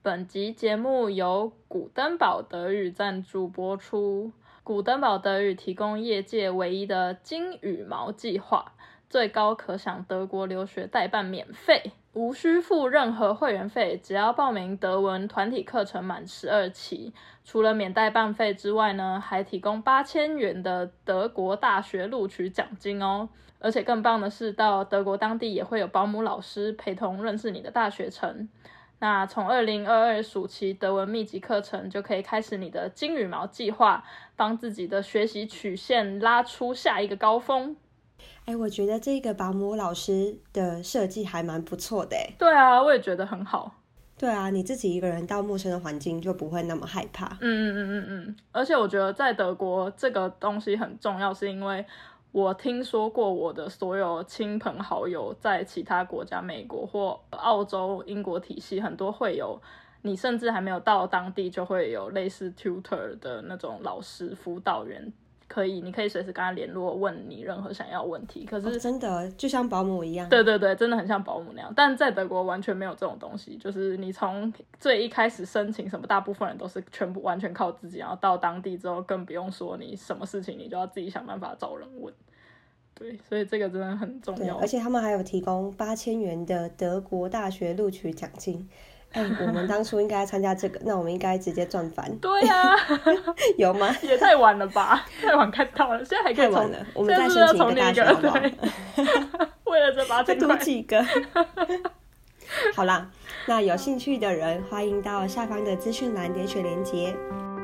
本集节目由古登堡德语赞助播出。古登堡德语提供业界唯一的金羽毛计划，最高可享德国留学代办免费，无需付任何会员费，只要报名德文团体课程满12期。除了免代办费之外呢，还提供8000元的德国大学录取奖金哦。而且更棒的是，到德国当地也会有保姆老师陪同认识你的大学城。那从2022暑期德文密集课程就可以开始你的金羽毛计划，帮自己的学习曲线拉出下一个高峰。 我觉得这个保姆老师的设计还蛮不错的。 对啊，我也觉得很好。 对啊，你自己一个人到陌生的环境就不会那么害怕。 而且我觉得在德国这个东西很重要，是因为我听说过我的所有亲朋好友在其他国家，美国或澳洲、英国体系，很多会有你甚至还没有到当地就会有类似 tutor 的那种老师辅导员，你可以随时跟他联络，问你任何想要的问题。可是真的就像保姆一样。 对对对，真的很像保姆那样。但在德国完全没有这种东西，就是你从最一开始申请什么，大部分人都是全部完全靠自己，然后到当地之后更不用说你什么事情你就要自己想办法找人问。对，所以这个真的很重要。 而且他们还有提供8000元的德国大学录取奖金。我们当初应该参加这个，那我们应该直接赚翻。 对啊有吗？ 也太晚了吧，太晚看到了，现在还可以太晚了，我们再申请一个大学好不好？ 为了这8000块再读几个好啦，那有兴趣的人欢迎到下方的资讯栏点选连结。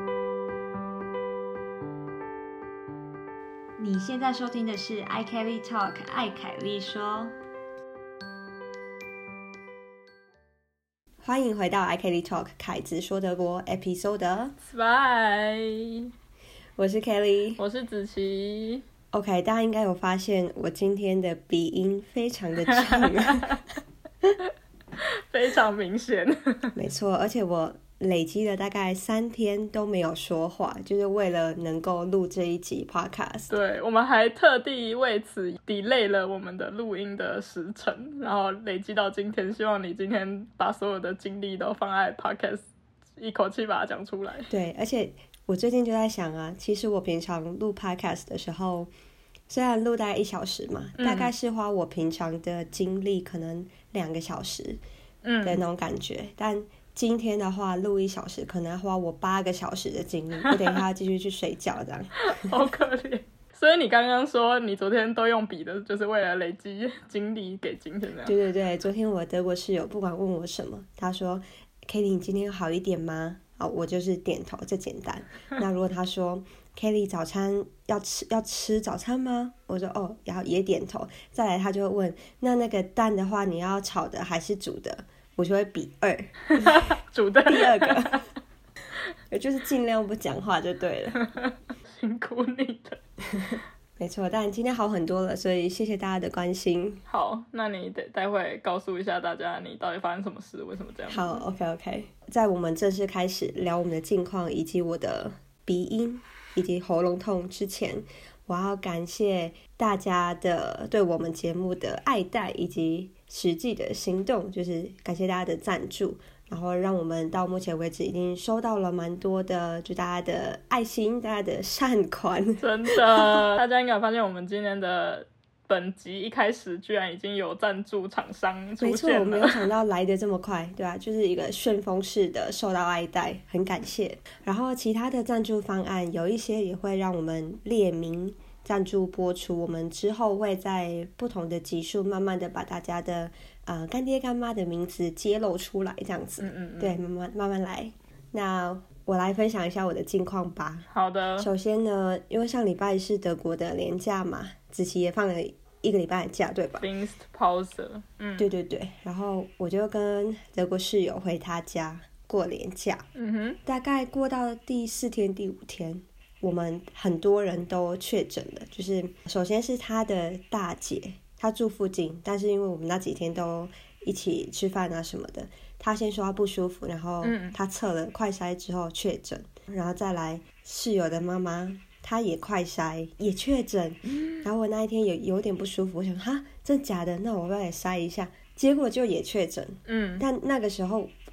你现在收听的是 iKelly Talk 艾凯莉说。欢迎回到 iKelly Talk 凯子说德国 Episode 2。 我是 Kelly， 我是子琪。 OK， 大家应该有发现我今天的鼻音非常的重非常明显没错，而且我累积了大概3天都没有说话，就是为了能够录这一集 podcast。 对，我们还特地为此 delay 了我们的录音的时程，然后累积到今天。希望你今天把所有的精力都放在 podcast， 一口气把它讲出来。 对，而且我最近就在想啊，其实我平常录 podcast 的时候，虽然录大概1小时嘛，大概是花我平常的精力可能2个小时的那种感觉，但今天的话录1小时可能要花我8个小时的精力，我等一下要继续去睡觉这样好可怜。所以你刚刚说你昨天都用笔的，就是为了累积精力给今天这样？ 对对对，昨天我德国室友不管问我什么，他说 Kelly 你今天好一点吗？我就是点头，这简单。那如果他说 Kelly 早餐要吃早餐吗？我说然后也点头。再来他就会问那个蛋的话你要炒的还是煮的？我就会比2 煮的第2个我就是尽量不讲话就对了辛苦你了没错，但今天好很多了，所以谢谢大家的关心。 好，那你待会告诉一下大家你到底发生什么事，为什么这样？ 好 OK， 在我们正式开始聊我们的近况以及我的鼻音以及喉咙痛之前，我要感谢大家的对我们节目的爱戴以及实际的行动，就是感谢大家的赞助，然后让我们到目前为止已经收到了蛮多的就大家的爱心，大家的善款。 真的大家应该有发现我们今天的本集一开始居然已经有赞助厂商出现了。 没错，我没有想到来得这么快对啊，就是一个旋风式的受到爱戴，很感谢。然后其他的赞助方案有一些也会让我们列明赞助播出，我们之后会在不同的集数慢慢的把大家的干爹干妈的名字揭露出来这样子。对，慢慢来。那我来分享一下我的近况吧。 好的。 首先呢，因为上礼拜是德国的连假嘛，子琪也放了1个礼拜的假对吧？ Pause。 对对对，然后我就跟德国室友回他家过连假。大概过到第4天第5天，我们很多人都确诊了。就是首先是他的大姐，她住附近，但是因为我们那几天都一起吃饭啊什么的，她先说她不舒服，然后她测了快筛之后确诊。然后再来室友的妈妈，她也快筛也确诊。然后我那一天有点不舒服，我想哈真的假的，那我要也筛一下，结果就也确诊。但那个时候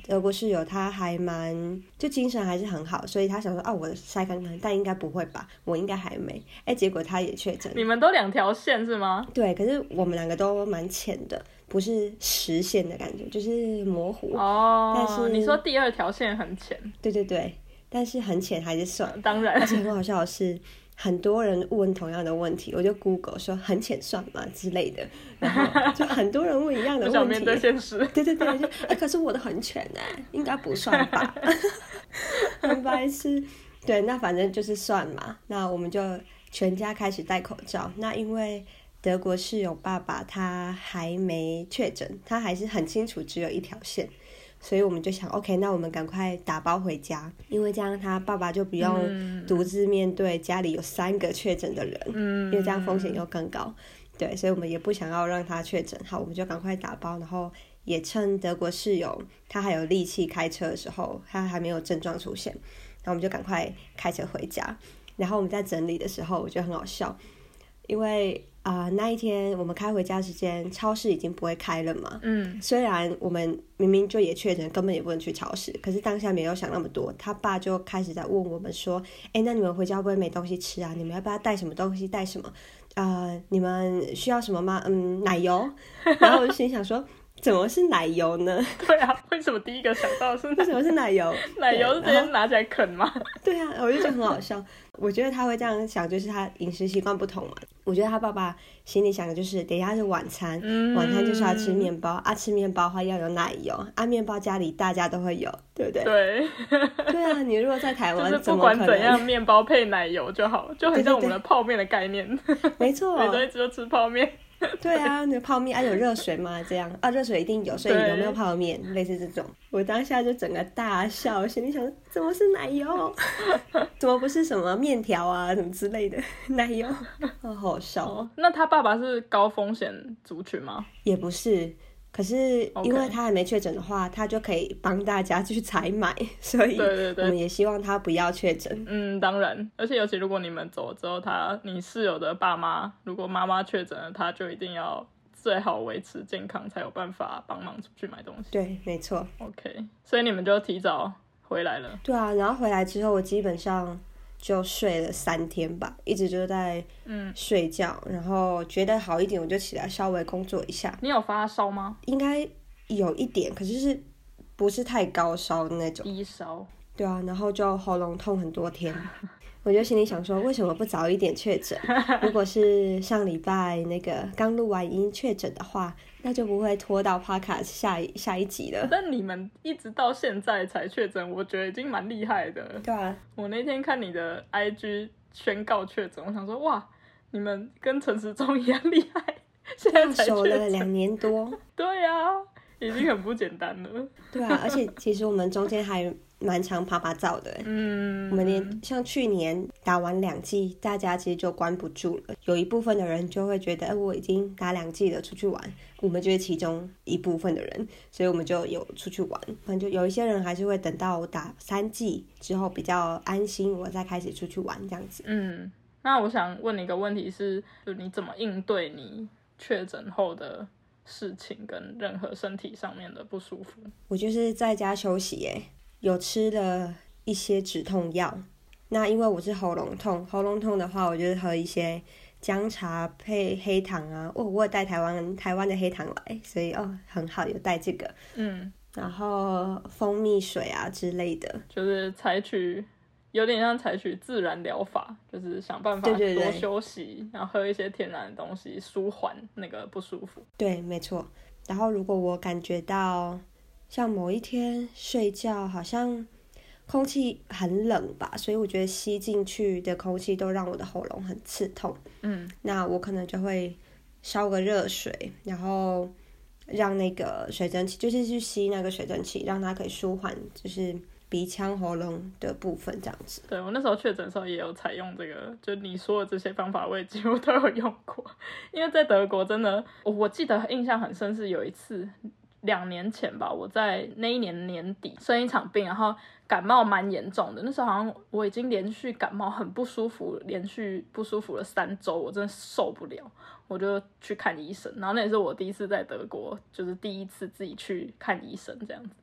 德国室友他还就精神还是很好，所以他想说我筛看看，但应该不会吧，我应该还没，结果他也确诊。 你们都2条线是吗？ 对，可是我们两个都蛮浅的，不是实线的感觉，就是模糊。但是你说第2条线很浅。 对对对，但是很浅还是算。 当然。 而且很好笑的是，很多人问同样的问题，我就 Google 说很浅算吗之类的，然后就很多人问一样的问题。 不想面对现实。 对对对，可是我的很浅应该不算吧？很白痴。对，那反正就是算嘛。那我们就全家开始戴口罩。那因为德国室友爸爸他还没确诊，他还是很清楚只有1条线。所以我们就想 OK， 那我们赶快打包回家，因为这样他爸爸就不用独自面对家里有3个确诊的人，因为这样风险又更高。对，所以我们也不想要让他确诊。好，我们就赶快打包，然后也趁德国室友他还有力气开车的时候，他还没有症状出现，然后我们就赶快开车回家。然后我们在整理的时候我觉得很好笑，因为那一天我们开回家时间，超市已经不会开了嘛。虽然我们明明就也确诊，根本也不能去超市，可是当下没有想那么多。他爸就开始在问我们说：“那你们回家会不会没东西吃啊？你们要不要带什么东西？带什么？你们需要什么吗？奶油。”然后我就心想说：“怎么是奶油呢？” 对啊，为什么第一个想到是为什么是奶油？ 奶油是直接拿起来啃吗？ 对啊，我就觉得很好笑。我觉得他会这样想，就是他饮食习惯不同嘛。我觉得他爸爸心里想的就是，等一下是晚餐，晚餐就是要吃面包吃面包的话要有奶油面包家里大家都会有，对不对？ 对。 对啊，你如果在台湾， 就是不管怎样，面包配奶油就好，就很像我们的泡面的概念。 没错， 每周一直都吃泡面。 对啊，那泡面有热水吗？这样热水一定有，所以有没有泡面？类似这种，我当下就整个大笑，心里想怎么是奶油？怎么不是什么面条啊什么之类的奶油？好笑。 那他爸爸是高风险族群吗？ 也不是。可是因为他还没确诊的话，他就可以帮大家去采买，所以我们也希望他不要确诊。 当然，而且尤其如果你们走了之后，你室友的爸妈如果妈妈确诊了，他就一定要最好维持健康，才有办法帮忙出去买东西。 对，没错。 OK， 所以你们就提早回来了。 对啊，然后回来之后，我基本上就睡了3天吧，一直就在睡觉，然后觉得好一点我就起来稍微工作一下。 你有发烧吗？ 应该有一点，可是不是太高烧的那种， 低烧。 对啊，然后就喉咙痛很多天。我就心里想说，为什么不早一点确诊？如果是上礼拜那个刚录完音确诊的话，那就不会拖到 podcast 下一集了。 但你们一直到现在才确诊，我觉得已经蛮厉害的。 对啊， 我那天看你的 IG 宣告确诊，我想说哇，你们跟陈时中一样厉害，现在才确诊， 守了2年多。 对啊，已经很不简单了。 对啊，而且其实我们中间还蛮常爬灶的。我们连像去年打完2剂，大家其实就关不住了。有一部分的人就会觉得，我已经打2剂了，出去玩。我们就是其中一部分的人，所以我们就有出去玩。反正就有一些人还是会等到我打3剂之后比较安心，我再开始出去玩这样子。 那我想问你一个问题是，就你怎么应对你确诊后的事情跟任何身体上面的不舒服？ 我就是在家休息耶，有吃了一些止痛药。那因为我是喉咙痛的话，我就是喝一些姜茶配黑糖啊。我有带台湾的黑糖来，所以很好，有带这个。然后蜂蜜水啊之类的， 就是有点像采取自然疗法，就是想办法多休息，然后喝一些天然的东西，舒缓那个不舒服。 对，没错。然后如果我感觉到像某一天睡觉好像空气很冷吧，所以我觉得吸进去的空气都让我的喉咙很刺痛。那我可能就会烧个热水，然后让那个水蒸气，就是去吸那个水蒸气，让它可以舒缓，就是鼻腔喉咙的部分这样子。 对，我那时候确诊的时候也有采用这个，就你说的这些方法我也几乎都有用过。因为在德国真的，我记得印象很深是有一次2年前吧，我在那一年年底生一场病，然后感冒蛮严重的。那时候好像我已经连续感冒很不舒服，连续不舒服了3周，我真的受不了，我就去看医生。然后那也是我第一次在德国，就是第一次自己去看医生这样子。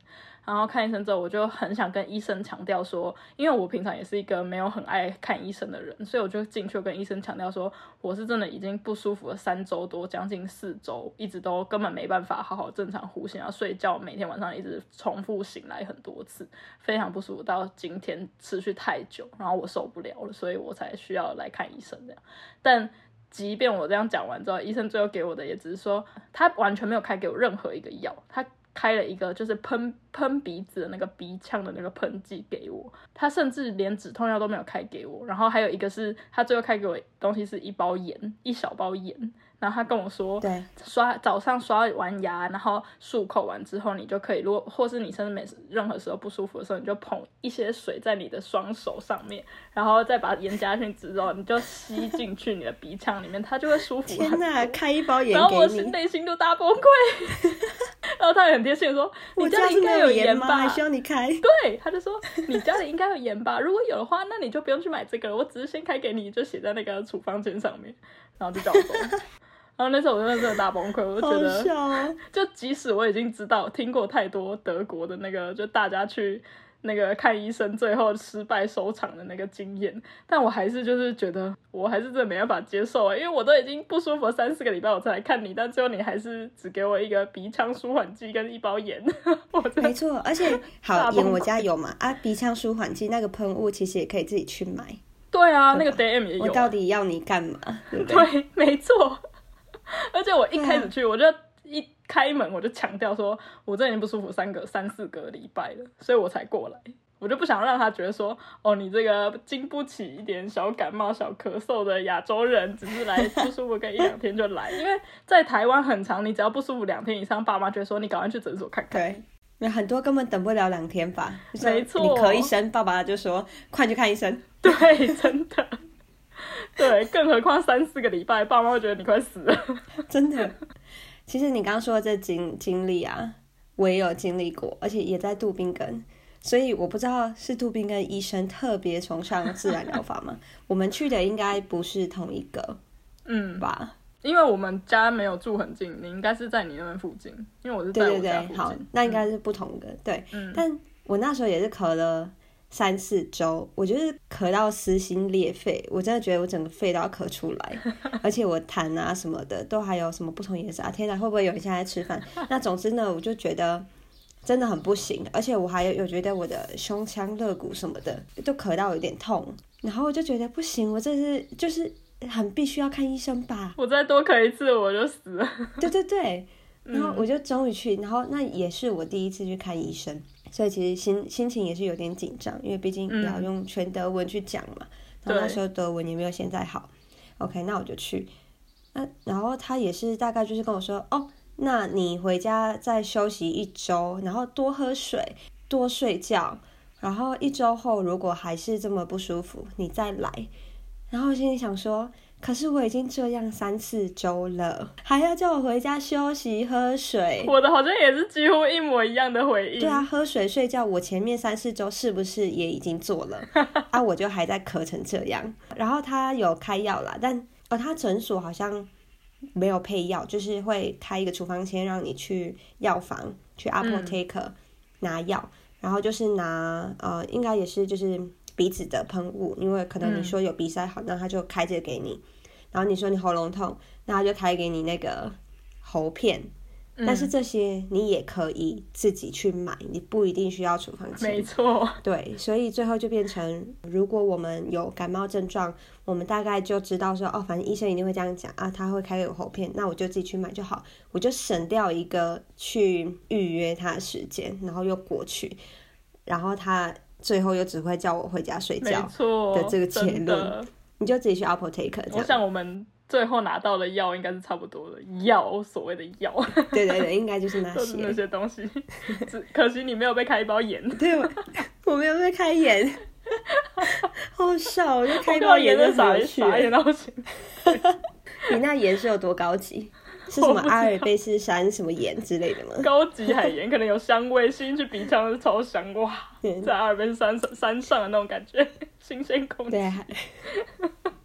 然后看医生之后我就很想跟医生强调说，因为我平常也是一个没有很爱看医生的人，所以我就进去跟医生强调说我是真的已经不舒服了3周多，将近4周，一直都根本没办法好好正常呼吸，然后睡觉每天晚上一直重复醒来很多次，非常不舒服，到今天持续太久，然后我受不了了，所以我才需要来看医生这样。但即便我这样讲完之后，医生最后给我的也只是说他完全没有开给我任何一个药，他开了一个就是喷鼻子的那个鼻腔的那个喷剂给我，他甚至连止痛药都没有开给我。然后还有一个是他最后开给我的东西是一包盐，一小包盐，然后他跟我说对， 早上刷完牙然后漱口完之后，你就可以，如果或是你甚至任何时候不舒服的时候，你就捧一些水在你的双手上面，然后再把盐加进去之后，你就吸进去你的鼻腔里面，它就会舒服很多。 天哪，开一包盐给你， 然后我内心就大崩溃然后他很贴心的说你家里应该有盐吧， 还需要你开？ 对，他就说你家里应该有盐吧，如果有的话那你就不用去买这个了，我只是先开给你，就写在那个处方签上面，然后就叫我走然后那时候我真的大崩溃，我就觉得、 好笑哦、 就即使我已经听过太多德国的那个就大家去那个看医生最后失败收场的那个经验，但我还是就是觉得我还是真的没办法接受因为我都已经不舒服了3-4个礼拜我才来看你，但最后你还是只给我一个鼻腔舒缓剂跟一包盐没错，而且好盐我家有嘛鼻腔舒缓剂那个喷雾其实也可以自己去买。 对啊，那个 DM 也有。 我到底要你干嘛？对不对？对，没错。而且我一开始去我就一开门我就强调说我真的已经不舒服3-4个礼拜了，所以我才过来，我就不想让他觉得说你这个经不起一点小感冒小咳嗽的亚洲人只是来不舒服个1-2天就来因为在台湾很长，你只要不舒服2天以上，爸妈就会说你赶快去诊所看看。 对，有很多根本等不了2天吧， 没错， 你咳一声爸爸就说快去看医生。 对，真的对，更何况3-4个礼拜爸妈会觉得你快死了真的。其实你刚刚说的这经历啊我也有经历过，而且也在杜宾根，所以我不知道是杜宾根医生特别崇尚自然疗法吗我们去的应该不是同一个吧， 因为我们家没有住很近，你应该是在你那边附近，因为我是在我家附近。 对，好，那应该是不同的。对，但我那时候也是咳了3-4周，我就是咳到撕心裂肺，我真的觉得我整个肺都要咳出来而且我痰啊什么的都还有什么不同颜色天哪，会不会有人现在在吃饭那总之呢我就觉得真的很不行，而且我还有觉得我的胸腔肋骨什么的都咳到有点痛，然后我就觉得不行，我这是就是很必须要看医生吧， 我再多咳一次我就死了对然后我就终于去，然后那也是我第一次去看医生，所以其实心情也是有点紧张，因为毕竟要用全德文去讲嘛，然后那时候德文也没有现在好。OK， 那我就去，然后他也是大概就是跟我说那你回家再休息1周，然后多喝水多睡觉，然后1周后如果还是这么不舒服你再来。然后我心里想说可是我已经这样3-4周了，还要叫我回家休息喝水。 我的好像也是几乎一模一样的回应。 对啊，喝水睡觉我前面3-4周是不是也已经做了我就还在咳成这样。然后他有开药啦，但他诊所好像没有配药，就是会开一个处方签让你去药房去 apotheker 拿药，然后就是拿应该也是就是鼻子的喷雾，因为可能你说有鼻塞好，那他就开这个给你，然后你说你喉咙痛，那他就开给你那个喉片，但是这些你也可以自己去买，你不一定需要处方签。 没错， 对，所以最后就变成如果我们有感冒症状，我们大概就知道说反正医生一定会这样讲他会开给我喉片，那我就自己去买就好，我就省掉一个去预约他的时间，然后又过去，然后他最后又只会叫我回家睡觉的这个结论，你就自己去 apotheker 这样。 我想我们最后拿到的药应该是差不多的药，所谓的药对，应该就是那些都是那些东西可惜你没有被开一包盐。 对，我没有被开盐好笑，我就开一包盐就傻眼到不行你那盐是有多高级？是什么阿尔卑斯山什么盐之类的吗？ 高级海盐，可能有香味，吸进去鼻腔是超香，哇，在阿尔卑斯山上的那种感觉，新鲜空气。 对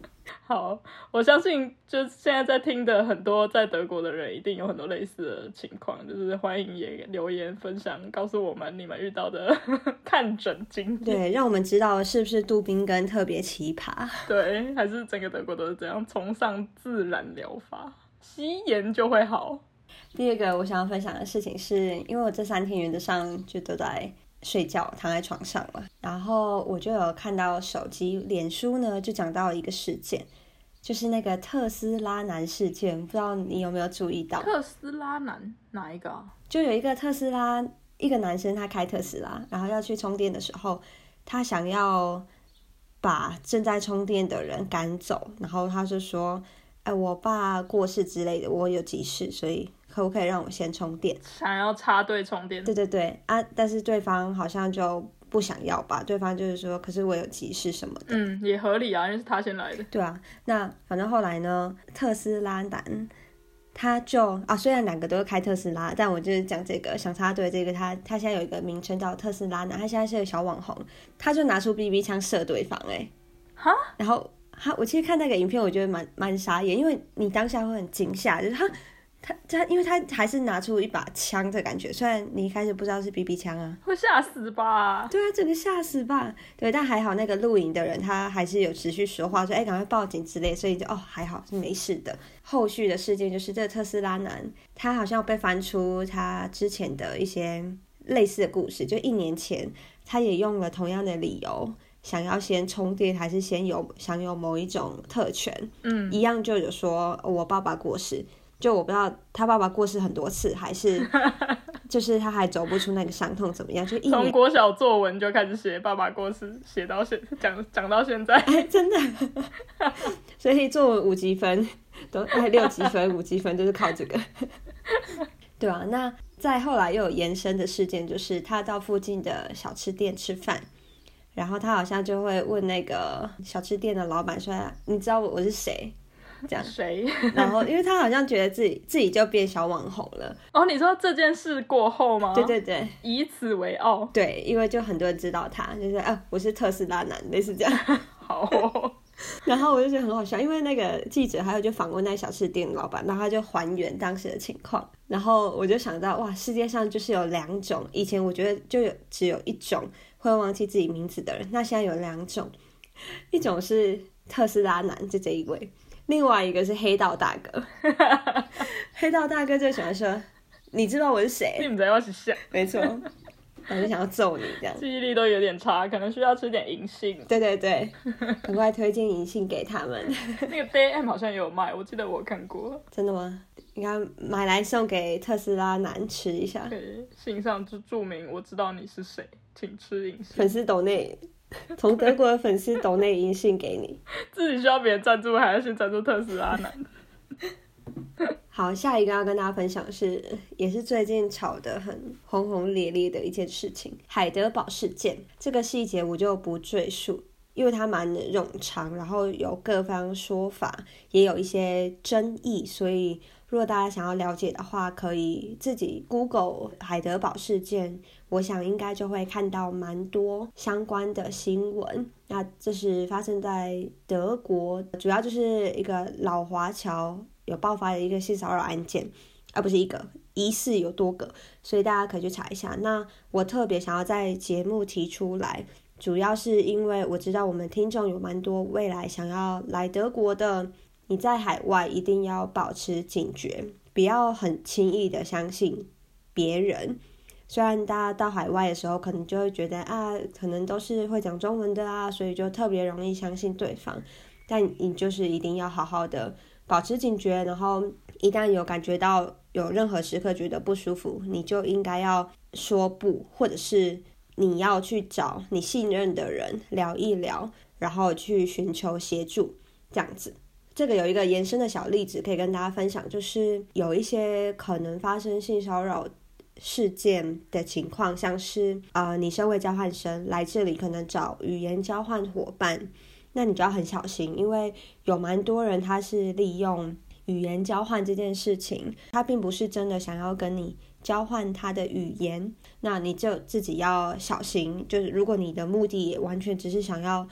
好，我相信就现在在听的很多在德国的人一定有很多类似的情况，就是欢迎也留言分享告诉我们你们遇到的看诊经验， 对，让我们知道是不是杜宾根特别奇葩， 对，还是整个德国都是这样崇尚自然疗法，吸盐就会好。 第二个我想要分享的事情是，因为我这3天原则上就都在睡觉，躺在床上了，然后我就有看到手机脸书呢就讲到一个事件，就是那个特斯拉男事件，不知道你有没有注意到？ 特斯拉男哪一个啊？ 就有一个特斯拉，一个男生他开特斯拉，然后要去充电的时候，他想要把正在充电的人赶走，然后他就说我爸过世之类的，我有急事，所以可不可以让我先充电？ 想要插队充电。 对对对啊，但是对方好像就不想要吧，对方就是说可是我有急事什么的。 也合理啊，因为是他先来的。 对啊，那反正后来呢，特斯拉男他就虽然2个都是开特斯拉，但我就是讲这个想插队这个，他现在有一个名称叫特斯拉男，他现在是个小网红，他就拿出 BB 枪射对方哈， 然后我其实看那个影片我觉得蛮傻眼，因为你当下会很惊吓，就是他因为他还是拿出一把枪的感觉，虽然你一开始不知道是 BB 枪啊， 会吓死吧？ 对啊，整个吓死吧。对，但还好那个录影的人他还是有持续说话，说赶快报警之类，所以就还好是没事的。后续的事件就是这个特斯拉男他好像被翻出他之前的一些类似的故事，就1年前他也用了同样的理由想要先充电，还是享有某一种特权，一样就有说我爸爸过世，就我不知道他爸爸过世很多次，还是就是他还走不出那个伤痛怎么样，就1年从国小作文就开始写爸爸过世，写到讲到现在， 真的，所以作文5级分都6级分5级分就是靠这个，对啊，那再后来又有延伸的事件，就是他到附近的小吃店吃饭。然后他好像就会问那个小吃店的老板说：“你知道我是谁？”这样谁？ 然后因为他好像觉得自己就变小网红了。 你说这件事过后吗？ 对对对， 以此为傲。 对，因为就很多人知道他，就是我是特斯拉男，类似这样。 好哦。 然后我就觉得很好笑，因为那个记者还有就访问那小吃店的老板，然后他就还原当时的情况。然后我就想到，哇，世界上就是有2种，以前我觉得只有1种会忘记自己名字的人，那现在有2种，一种是特斯拉男，就这一位，另外一个是黑道大哥。黑道大哥就喜欢说：“你知道我是谁？” 你们在一起想， 没错。我就想要揍你这样， 记忆力都有点差，可能需要吃点银杏。 对对对，赶快推荐银杏给他们。 那个 Day M 好像也有卖，我记得我看过。 真的吗？应该买来送给特斯拉男吃一下。 对，信上就注明我知道你是谁，请吃银杏。 粉丝抖内，从德国的粉丝抖内银杏给你。 自己需要别人赞助，还要先赞助特斯拉男。 好，下一个要跟大家分享的是，也是最近吵得很轰轰烈烈的一件事情——海德堡事件。这个细节我就不赘述，因为它蛮冗长，然后有各方说法，也有一些争议，所以如果大家想要了解的话，可以自己 Google 海德堡事件，我想应该就会看到蛮多相关的新闻。那这是发生在德国，主要就是一个老华侨有爆发的一个性骚扰案件，不是一个，疑似有多个，所以大家可以去查一下。那我特别想要在节目提出来，主要是因为我知道我们听众有蛮多未来想要来德国的，你在海外一定要保持警觉，不要很轻易的相信别人。虽然大家到海外的时候可能就会觉得可能都是会讲中文的所以就特别容易相信对方，但你就是一定要好好的保持警觉，然后一旦有感觉到有任何时刻觉得不舒服，你就应该要说不，或者是你要去找你信任的人聊一聊，然后去寻求协助，这样子。这个有一个延伸的小例子可以跟大家分享，就是有一些可能发生性骚扰事件的情况，像是你身为交换生来这里可能找语言交换伙伴，那你就要很小心，因为有蛮多人他是利用语言交换这件事情，他并不是真的想要跟你交换他的语言，那你就自己要小心，就是如果你的目的也完全只是想要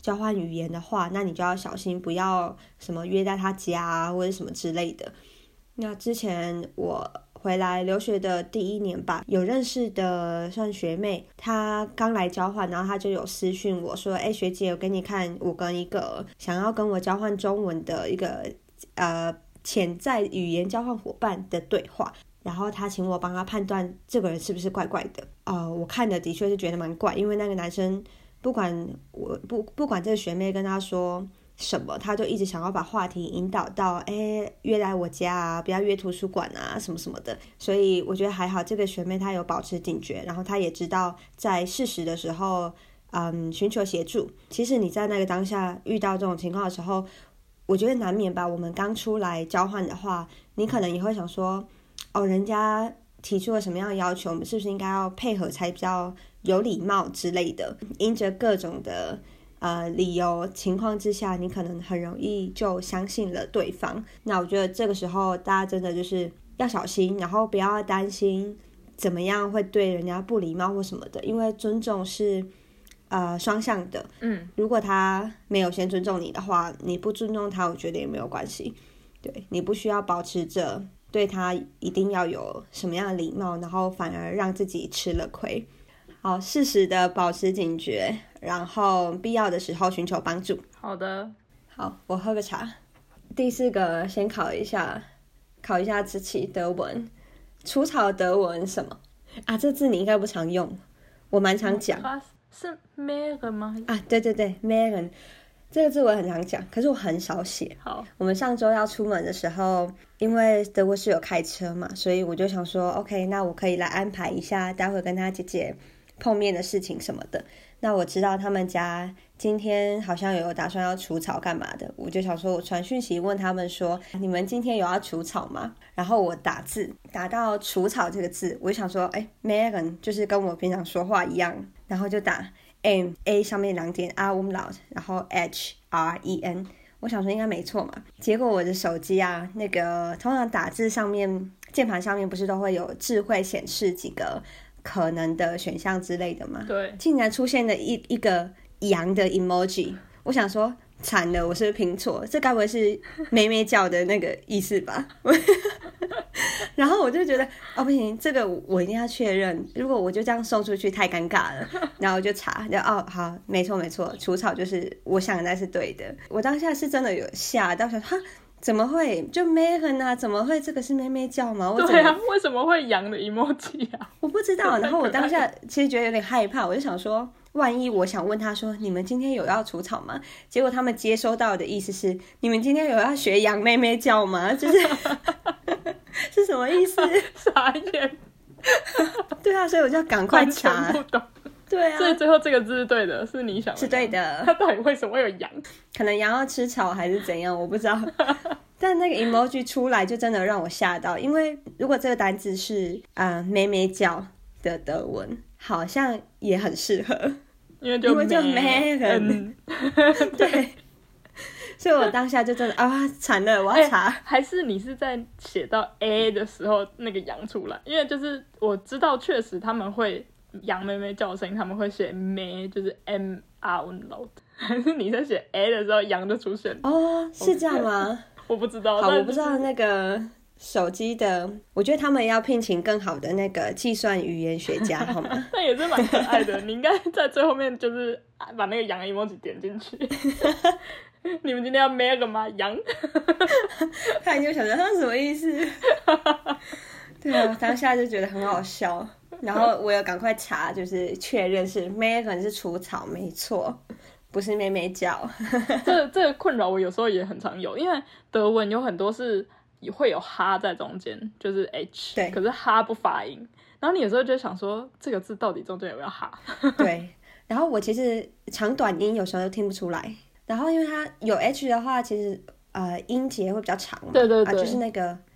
交换语言的话，那你就要小心，不要什么约在他家啊，或者什么之类的。那之前我回来留学的第1年吧，有认识的算学妹，她刚来交换，然后她就有私讯我说，学姐，我给你看我跟一个想要跟我交换中文的一个潜在语言交换伙伴的对话，然后她请我帮她判断这个人是不是怪怪的。我看的确是觉得蛮怪，因为那个男生不管这个学妹跟他说什么，他就一直想要把话题引导到约来我家啊，不要约图书馆啊什么什么的。所以我觉得还好，这个学妹她有保持警觉，然后她也知道在适时的时候寻求协助。其实你在那个当下遇到这种情况的时候，我觉得难免吧，我们刚出来交换的话，你可能也会想说人家提出了什么样的要求，我们是不是应该要配合才比较有礼貌之类的。因着各种的理由情况之下，你可能很容易就相信了对方。那我觉得这个时候大家真的就是要小心，然后不要担心怎么样会对人家不礼貌或什么的，因为尊重是双向的。如果他没有先尊重你的话，你不尊重他，我觉得也没有关系。对，你不需要保持着对他一定要有什么样的礼貌，然后反而让自己吃了亏。好，适时的保持警觉，然后必要的时候寻求帮助。 好的， 好，我喝个茶。第4个先考一下自己德文。除草德文什么啊？这字你应该不常用，我蛮常讲。 是 Meren 吗？ 对 Meren 这个字我也很常讲，可是我很少写。 好， 我们上周要出门的时候，因为德国是有开车嘛，所以我就想说 OK， 那我可以来安排一下待会跟他姐姐碰面的事情什么的。那我知道他们家今天好像有打算要除草干嘛的，我就想说我传讯息问他们说，你们今天有要除草吗？然后我打字打到除草这个字，我就想说Meren 就是跟我平常说话一样，然后就打 A 上面2点 R umlaut， 然后 HREN， 我想说应该没错嘛。结果我的手机啊，那个通常打字上面键盘上面不是都会有智慧显示几个可能的选项之类的吗？ 对， 竟然出现了一个羊的 emoji， 我想说惨了，我是不是拼错？这该不会是咩咩叫的那个意思吧？然后我就觉得不行，这个我一定要确认，如果我就这样送出去太尴尬了。然后我就查，好，没错，除草就是我想的那是对的。我当下是真的有吓到，想哈怎么会就 Meren 啊？怎么会这个是咩咩叫吗？ 对啊，为什么会羊的 emoji 啊？ 我不知道。然后我当下其实觉得有点害怕，我就想说，万一我想问他说你们今天有要除草吗？结果他们接收到的意思是你们今天有要学羊咩咩叫吗？就是是什么意思？ 傻眼。 对啊，所以我就赶快查。 完全不懂。 对啊， 所以最后这个字是对的，是你想的， 是对的。 它到底为什么会有羊？ 可能羊要吃草还是怎样，我不知道。但那个 emoji 出来就真的让我吓到，因为如果这个单字是咩咩叫的德文，好像也很适合， 因为就 Meren。对。所以我当下就真的惨了，我要查。 还是你是在写到 A 的时候那个羊出来？因为就是我知道确实他们会羊咩咩叫的声音，他们会写咩，就是 M R umlaut。还是你在写 A 的时候羊就出现？ 是这样吗？ 我不知道。 好，我不知道那个手机的，我觉得他们要聘请更好的那个计算语言学家，好吗？ 那也是蛮可爱的。你应该在最后面就是把那个羊 emoji 点进去。你们今天要 Meren 吗？羊？ 他就想着他什么意思？对啊，当下就觉得很好笑。然后我有赶快查，就是确认是 Meren 是除草，没错，不是咩咩叫。 这个困扰我有时候也很常有，因为德文有很多是会有哈在中间，就是 H， 对， 可是哈不发音。然后你有时候就想说，这个字到底中间有没有哈？ 对，然后我其实长短音有时候都听不出来。然后因为它有 H 的话，其实音节会比较长嘛， 对， 就是那个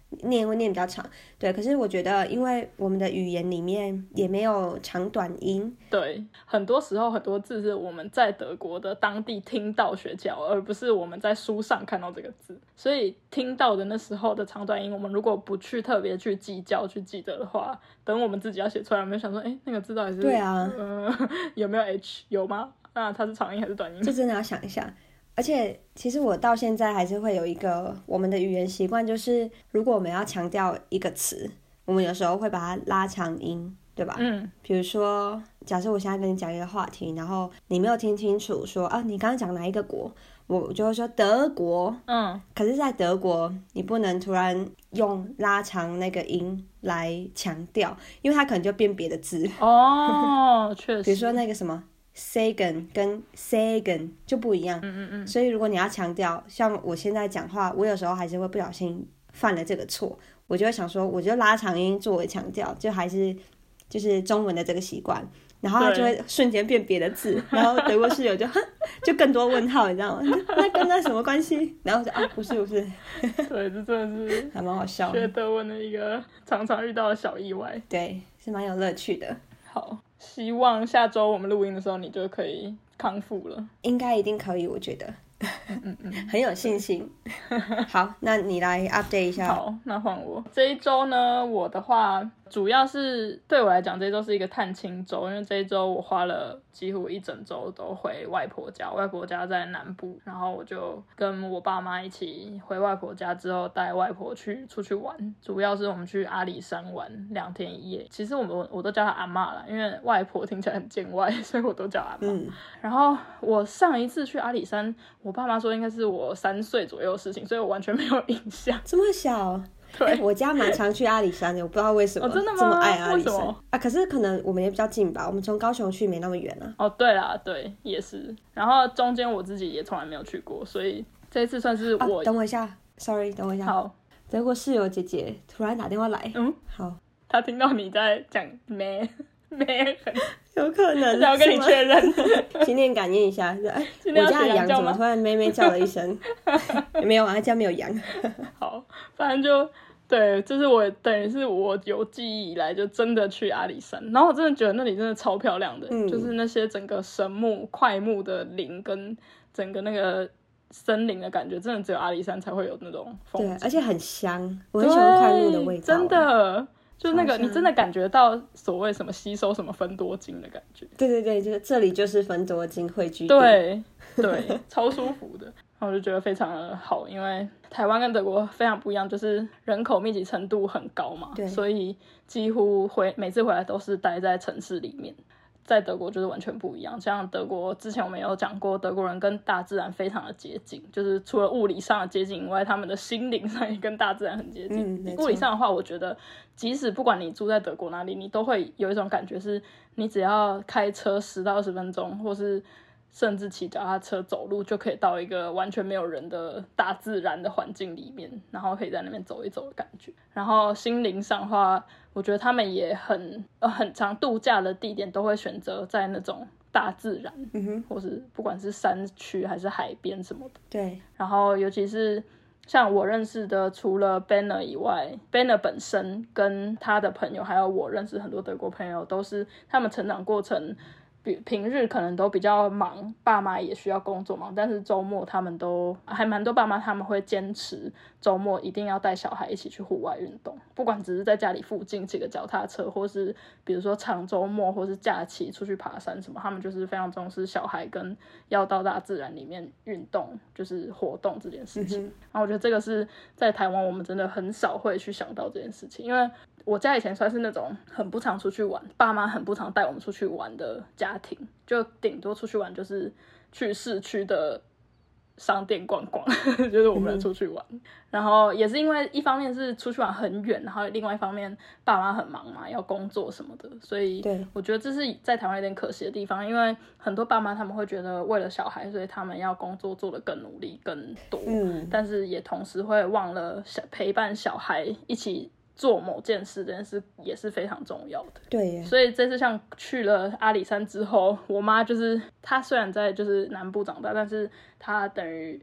念会念比较长。对，可是我觉得因为我们的语言里面也没有长短音， 对，很多时候很多字是我们在德国的当地听到学起来，而不是我们在书上看到这个字，所以听到的那时候的长短音，我们如果不去特别去计较去记得的话，等我们自己要写出来，我们就想说那个字到底是对啊， 有没有 H 有吗？那它是长音还是短音？ 这真的要想一下。而且其实我到现在还是会有一个我们的语言习惯，就是如果我们要强调一个词，我们有时候会把它拉长音，对吧？比如说假设我现在跟你讲一个话题，然后你没有听清楚说你刚刚讲哪一个国，我就会说德国。可是在德国你不能突然用拉长那个音来强调，因为它可能就变别的字。 确实。 比如说那个什么Sagan 跟 Sagan 就不一样。所以如果你要强调，像我现在讲话，我有时候还是会不小心犯了这个错，我就会想说我就拉长音作为强调，就还是就是中文的这个习惯，然后它就会瞬间变别的字，然后德国室友就更多问号，你知道吗？那跟那什么关系？然后就不是对，这真的是还蛮好笑学德文的一个常常遇到的小意外。 对，是蛮有乐趣的。 好，希望下周我们录音的时候你就可以康复了。 应该一定可以，我觉得很有信心。好，那你来 update 一下。 好，那换我。这一周呢，我的话主要是对我来讲，这一周是一个探亲周，因为这一周我花了几乎一整周都回外婆家，外婆家在南部，然后我就跟我爸妈一起回外婆家之后，带外婆出去玩，主要是我们去阿里山玩2天1夜。其实我都叫她阿嬷啦，因为外婆听起来很见外，所以我都叫阿嬷。然后我上一次去阿里山，我爸妈说应该是我3岁左右的事情，所以我完全没有印象。 这么小？对，我家蛮常去阿里山的，我不知道为什么真的吗？ 这么爱阿里山。 为什么可是可能我们也比较近吧，我们从高雄去没那么远啊。 对啦，对，也是。然后中间我自己也从来没有去过，所以这一次算是我。 等我一下 ，sorry， 等我一下。 好， 德国室友姐姐突然打电话来。好。 她听到你在讲咩， 有可能。 想要跟你确认。 心电感应一下，我家的羊怎么突然咩咩叫了一声？没有啊，家没有羊。 好，反正就对，就是我等于是我有记忆以来就真的去阿里山，然后我真的觉得那里真的超漂亮的，就是那些整个神木快木的林跟整个那个森林的感觉，真的只有阿里山才会有那种风景。 对，而且很香，我很喜欢快木的味道。 真的。就那个你真的感觉到所谓什么吸收什么芬多精的感觉。 对，就是这里就是芬多精汇聚地。 对，超舒服的。然后我就觉得非常的好，因为台湾跟德国非常不一样，就是人口密集程度很高嘛，所以几乎每次回来都是待在城市里面。在德国就是完全不一样，像德国之前我们有讲过，德国人跟大自然非常的接近，就是除了物理上的接近以外，他们的心灵上也跟大自然很接近。物理上的话，我觉得即使不管你住在德国哪里，你都会有一种感觉是，你只要开车10到20分钟，或是甚至骑脚踏车走路，就可以到一个完全没有人的大自然的环境里面，然后可以在那边走一走的感觉。然后心灵上的话，我觉得他们也很常度假的地点都会选择在那种大自然，或是不管是山区还是海边什么的。 对。 然后尤其是像我认识的，除了 Banner 以外 ，Banner 本身跟他的朋友，还有我认识很多德国朋友，都是他们成长过程。平日可能都比较忙，爸妈也需要工作忙，但是周末他们都还蛮多爸妈他们会坚持周末一定要带小孩一起去户外运动，不管只是在家里附近骑个脚踏车，或是比如说长周末或是假期出去爬山什么，他们就是非常重视小孩跟要到大自然里面运动，就是活动这件事情。然后我觉得这个是在台湾我们真的很少会去想到这件事情，因为我家以前算是那种很不常出去玩，爸妈很不常带我们出去玩的家庭，就顶多出去玩就是去市区的商店逛逛，就是我们出去玩。然后也是因为一方面是出去玩很远，然后另外一方面爸妈很忙嘛，要工作什么的，所以我觉得这是在台湾有点可惜的地方，因为很多爸妈他们会觉得为了小孩，所以他们要工作做得更努力更多，但是也同时会忘了陪伴小孩一起做某件事，这件事也是非常重要的。 对耶， 所以这次像去了阿里山之后，我妈就是她虽然在就是南部长大，但是她等于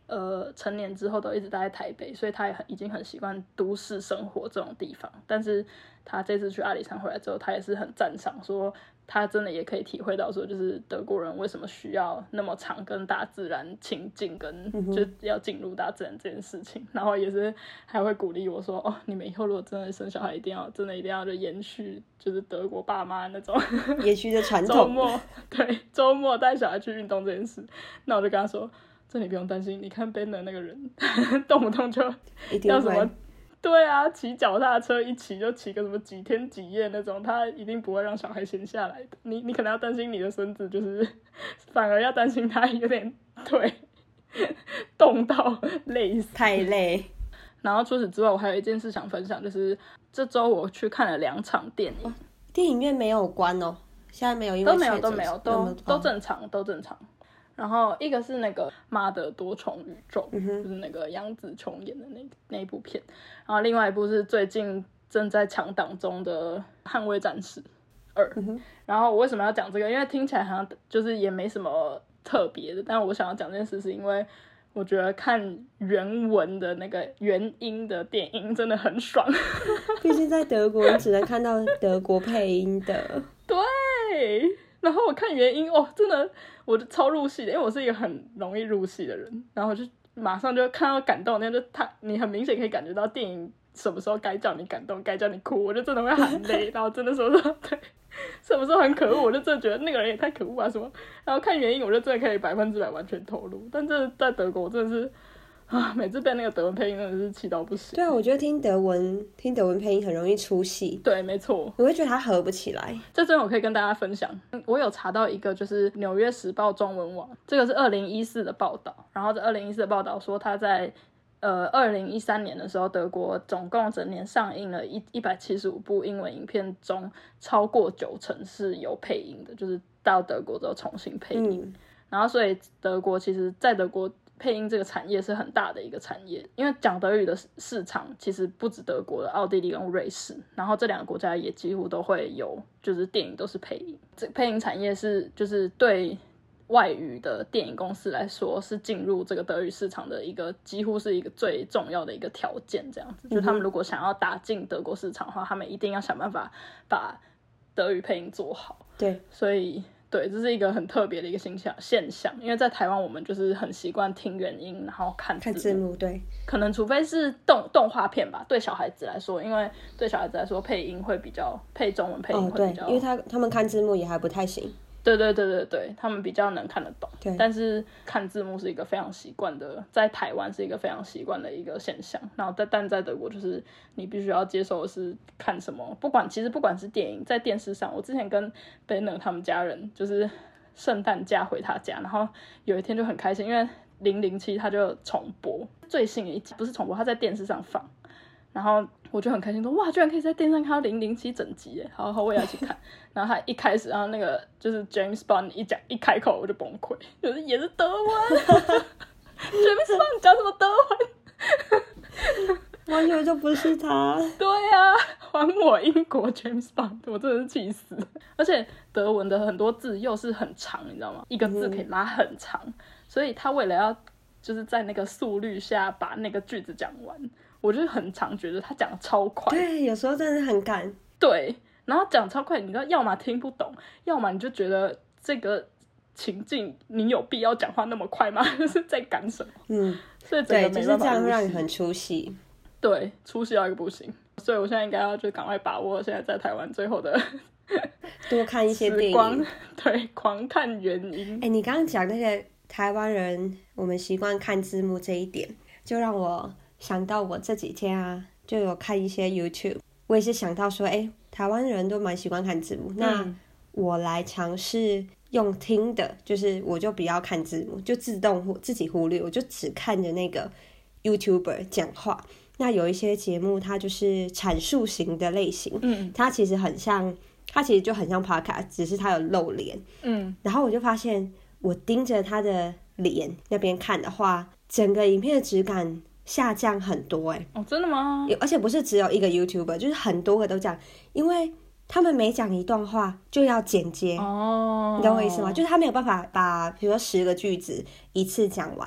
成年之后都一直待在台北，所以他也已经很习惯都市生活这种地方。但是他这次去阿里山回来之后，他也是很赞赏说他真的也可以体会到说就是德国人为什么需要那么常跟大自然亲近，跟就要进入大自然这件事情。然后也是还会鼓励我说哦，你们以后如果真的生小孩一定要就延续就是德国爸妈那种延续的传统， 周末带小孩去运动这件事。那我就跟他说这你不用担心，你看 Banner 那个人动不动就要什么，对啊，骑脚踏车一骑就骑个什么几天几夜那种，他一定不会让小孩闲下来的。你可能要担心你的孙子，就是反而要担心他有点腿动到累死， 太累。 然后除此之外，我还有一件事想分享，就是这周我去看了2场电影。 电影院没有关哦，现在没有，因为都没有，都正常，都正常。然后一个是那个妈的多重宇宙，就是那个杨紫琼演的那一部片。然后另外一部是最近正在强档中的捍卫战士2。然后我为什么要讲这个，因为听起来好像就是也没什么特别的，但我想要讲这件事是因为我觉得看原文的那个原音的电影真的很爽。 毕竟在德国你只能看到德国配音的。 对，然后我看原音真的我就超入戏的，因为我是一个很容易入戏的人，然后我就马上就看到感动，那就你很明显可以感觉到电影什么时候该叫你感动，该叫你哭，我就真的会含泪。然后真的说对，什么时候很可恶，我就真的觉得那个人也太可恶啊什么。然后看原因我就真的可以100%完全投入，但这在德国我真的是每次被那个德文配音真的是气到不行。 对啊，我觉得听德文配音很容易出戏。 对，没错， 我会觉得它合不起来。 这真的我可以跟大家分享，我有查到一个就是纽约时报中文网，这个是2014的报道，然后这2014的报道说他在2013年的时候，德国总共整年上映了175部英文影片中，超过90%是有配音的，就是到德国之后重新配音。然后所以德国其实在德国配音这个产业是很大的一个产业，因为讲德语的市场其实不止德国的奥地利跟瑞士，然后这2个国家也几乎都会有，就是电影都是配音。这配音产业是就是对外语的电影公司来说是进入这个德语市场的一个几乎是一个最重要的一个条件，这样子，就他们如果想要打进德国市场的话，他们一定要想办法把德语配音做好。 对， 所以对，这是一个很特别的一个现象，因为在台湾我们就是很习惯听原音然后看字幕。 对， 可能除非是动画片吧，对小孩子来说，因为对小孩子来说配音会比较配中文配音会比较， 对，因为他们看字幕也还不太行。 对，他们比较能看得懂。 对， 但是看字幕是一个非常习惯的，在台湾是一个非常习惯的一个现象。然后但在德国就是你必须要接受的是看什么，不管是电影，在电视上，我之前跟 Banner 他们家人就是圣诞假回他家，然后有一天就很开心，因为007他就重播最新的一集，不是重播，他在电视上放。然后我就很开心说哇，居然可以在电视上看到007整集耶，好，我也要去看。然后他一开始，然后那个就是 James Bond 一开口我就崩溃，就是也是德文James Bond 讲什么德文完全就不是他。 对啊，还我英国 James Bond， 我真的是气死。而且德文的很多字又是很长，你知道吗？一个字可以拉很长，所以他为了要就是在那个速率下把那个句子讲完，我就很常觉得他讲得超快。 对，有时候真的很赶。 对，然后讲超快，你知道，要么听不懂，要么你就觉得这个情境你有必要讲话那么快吗？就是在赶什么？所以整个没办法入戏。对， 就是这样让你很出戏。 对，出戏到一个不行。所以我现在应该要就赶快把握现在在台湾最后的多看一些电影。 对，狂看原音。 你刚刚讲那个台湾人我们习惯看字幕这一点，就让我想到我这几天啊就有看一些 YouTube， 我也是想到说台湾人都蛮习惯看字幕，那我来尝试用听的，就是我就不要看字幕，就自己忽略，我就只看着那个 YouTuber 讲话。那有一些节目它就是阐述型的类型，它其实就很像 Podcast， 只是它有露脸。然后我就发现我盯着他的脸那边看的话，整个影片的质感下降很多。 真的吗？ 而且不是只有一个 YouTuber， 就是很多个都这样，因为他们每讲一段话就要剪接。你懂我意思吗？就是他没有办法把比如说10个句子一次讲完，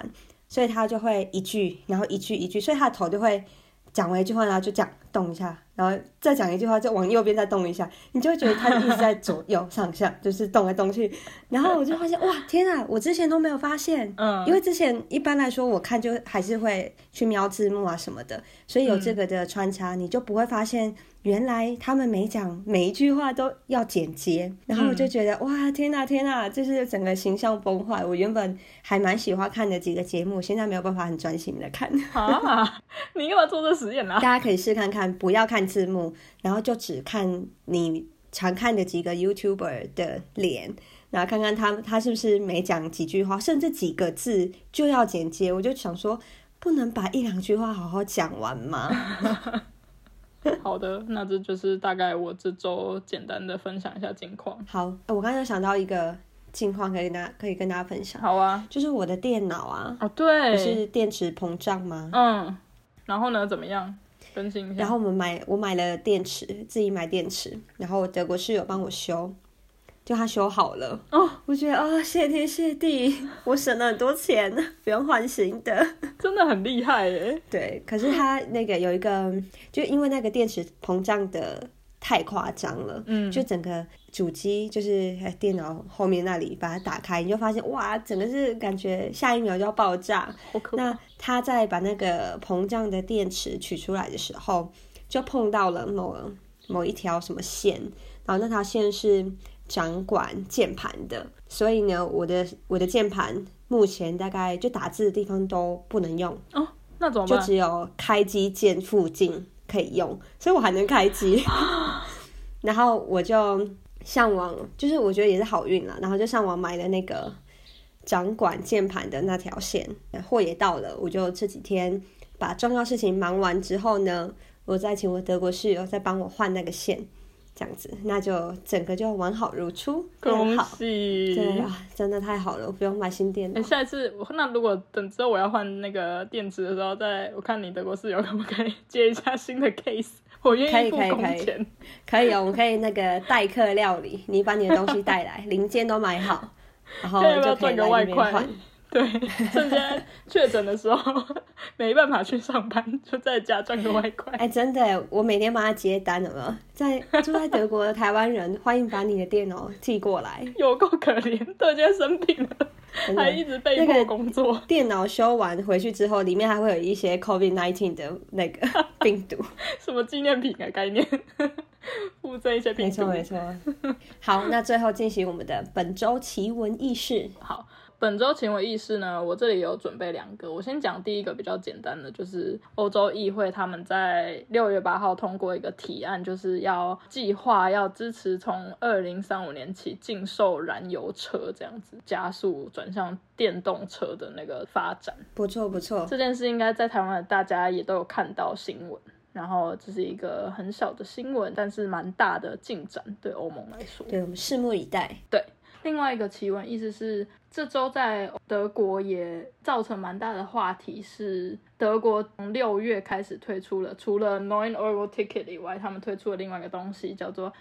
所以他就会一句然后一句一句，所以他的头就会讲完一句话然后就这样动一下，然后再讲一句话就往右边再动一下，你就会觉得他一直在左右上下就是动来动去。然后我就发现哇天啊，我之前都没有发现，因为之前一般来说我看就还是会去瞄字幕啊什么的，所以有这个的穿插你就不会发现原来他们每讲每一句话都要剪接。然后我就觉得哇天啊天啊，就是整个形象崩坏。我原本还蛮喜欢看的几个节目，现在没有办法很专心的看啊。你干嘛做这实验啊？ 大家可以试看看，不要看字幕，然后就只看你常看的几个 YouTuber 的脸，然后看看他是不是每讲几句话甚至几个字就要剪接。我就想说不能把一两句话好好讲完吗？ 好的，那这就是大概我这周简单的分享一下近况。 好，我刚才有想到一个近况可以跟大家分享。 好啊， 就是我的电脑啊， 哦对， 不是电池膨胀吗？ 然后呢怎么样？分析一下。 然后我买了电池，自己买电池，然后德国室友帮我修，就他修好了我觉得谢天谢地，我省了很多钱，不用换新的， 真的很厉害耶。 对，可是他那个有一个，就因为那个电池膨胀的太夸张了，就整个主机就是电脑后面那里把它打开，你就发现哇，整个是感觉下一秒就要爆炸。 好可怕。 那他在把那个膨胀的电池取出来的时候，就碰到了某一条什么线，然后那条线是掌管键盘的，所以呢，我的键盘目前大概就打字的地方都不能用那怎么办？ 就只有开机键附近可以用，所以我还能开机。然后我就上网，就是我觉得也是好运啦，然后就上网买了那个掌管键盘的那条线，货也到了，我就这几天把重要事情忙完之后呢，我再请我德国室友再帮我换那个线，这样子，那就整个就完好如初， 恭喜！ 对啊，真的太好了，我不用买新电脑。 下一次那如果等之后我要换那个电池的时候，我看你德国室友可不可以接一下新的 case， 我愿意付工钱。 可以哦，我们可以那个代客料理，你把你的东西带来，零件都买好，然后就可以来那边换。 对，瞬间确诊的时候没办法去上班，就在家赚个外快。 真的，我每天帮他接单了嘛。住在德国的台湾人，欢迎把你的电脑寄过来。 有够可怜，都已经生病了，还一直被迫工作。 那个电脑修完回去之后，里面还会有一些 COVID-19 的那个病毒， 什么纪念品啊概念，附赠一些病毒。 没错。好，那最后进行我们的本周奇闻异事。 好。本周奇闻异事呢，我这里有准备2个。我先讲第一个比较简单的，就是欧洲议会他们在6月8号通过一个提案，就是计划要支持从2035年起禁售燃油车，这样子加速转向电动车的那个发展。 不错。这件事应该在台湾的大家也都有看到新闻，然后这是一个很小的新闻，但是蛮大的进展对欧盟来说。 对，我们拭目以待。 对。另外一个奇闻意思是，这周在德国也造成蛮大的话题，是德国从6月开始推出了，除了 9€ ticket 以外，他们推出了另外一个东西，叫做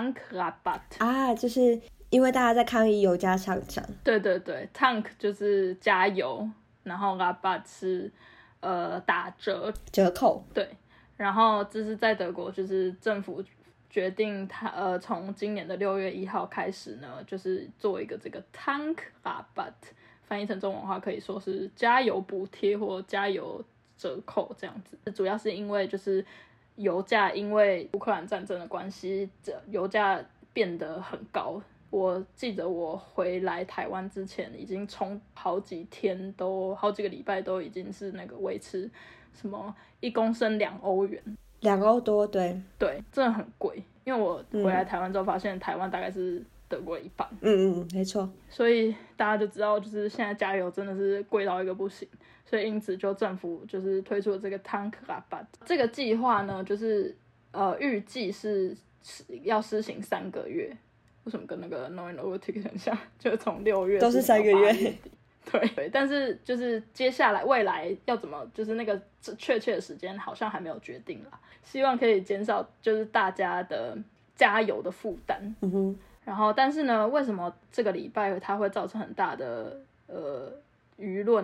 Tankrabatt 就是因为大家在抗议油价上涨。 对 Tank 就是加油，然后 Rabatt 是打折扣。 对，然后这是在德国，就是政府决定从今年的6月1号开始呢，就是做一个这个 Tankrabatt， 翻译成中文的话可以说是加油补贴或加油折扣这样子。主要是因为就是油价因为乌克兰战争的关系，油价变得很高。我记得我回来台湾之前已经冲好几天好几个礼拜都已经是那个维持什么1公升2欧元。 2欧多，对， 真的很贵。因为我回来台湾之后发现台湾大概是德国的一半。 没错。 所以大家就知道，就是现在加油真的是贵到一个不行。所以因此就政府就是推出了这个 Tankrabatt 这个计划呢，就是预计是要施行3个月。为什么跟那个 9€ ticket 很像？就是从6月都是3个月。 对，但是就是接下来未来要怎么，就是那个确切的时间好像还没有决定啦。希望可以减少就是大家的加油的负担。然后但是呢，为什么这个礼拜它会造成很大的舆论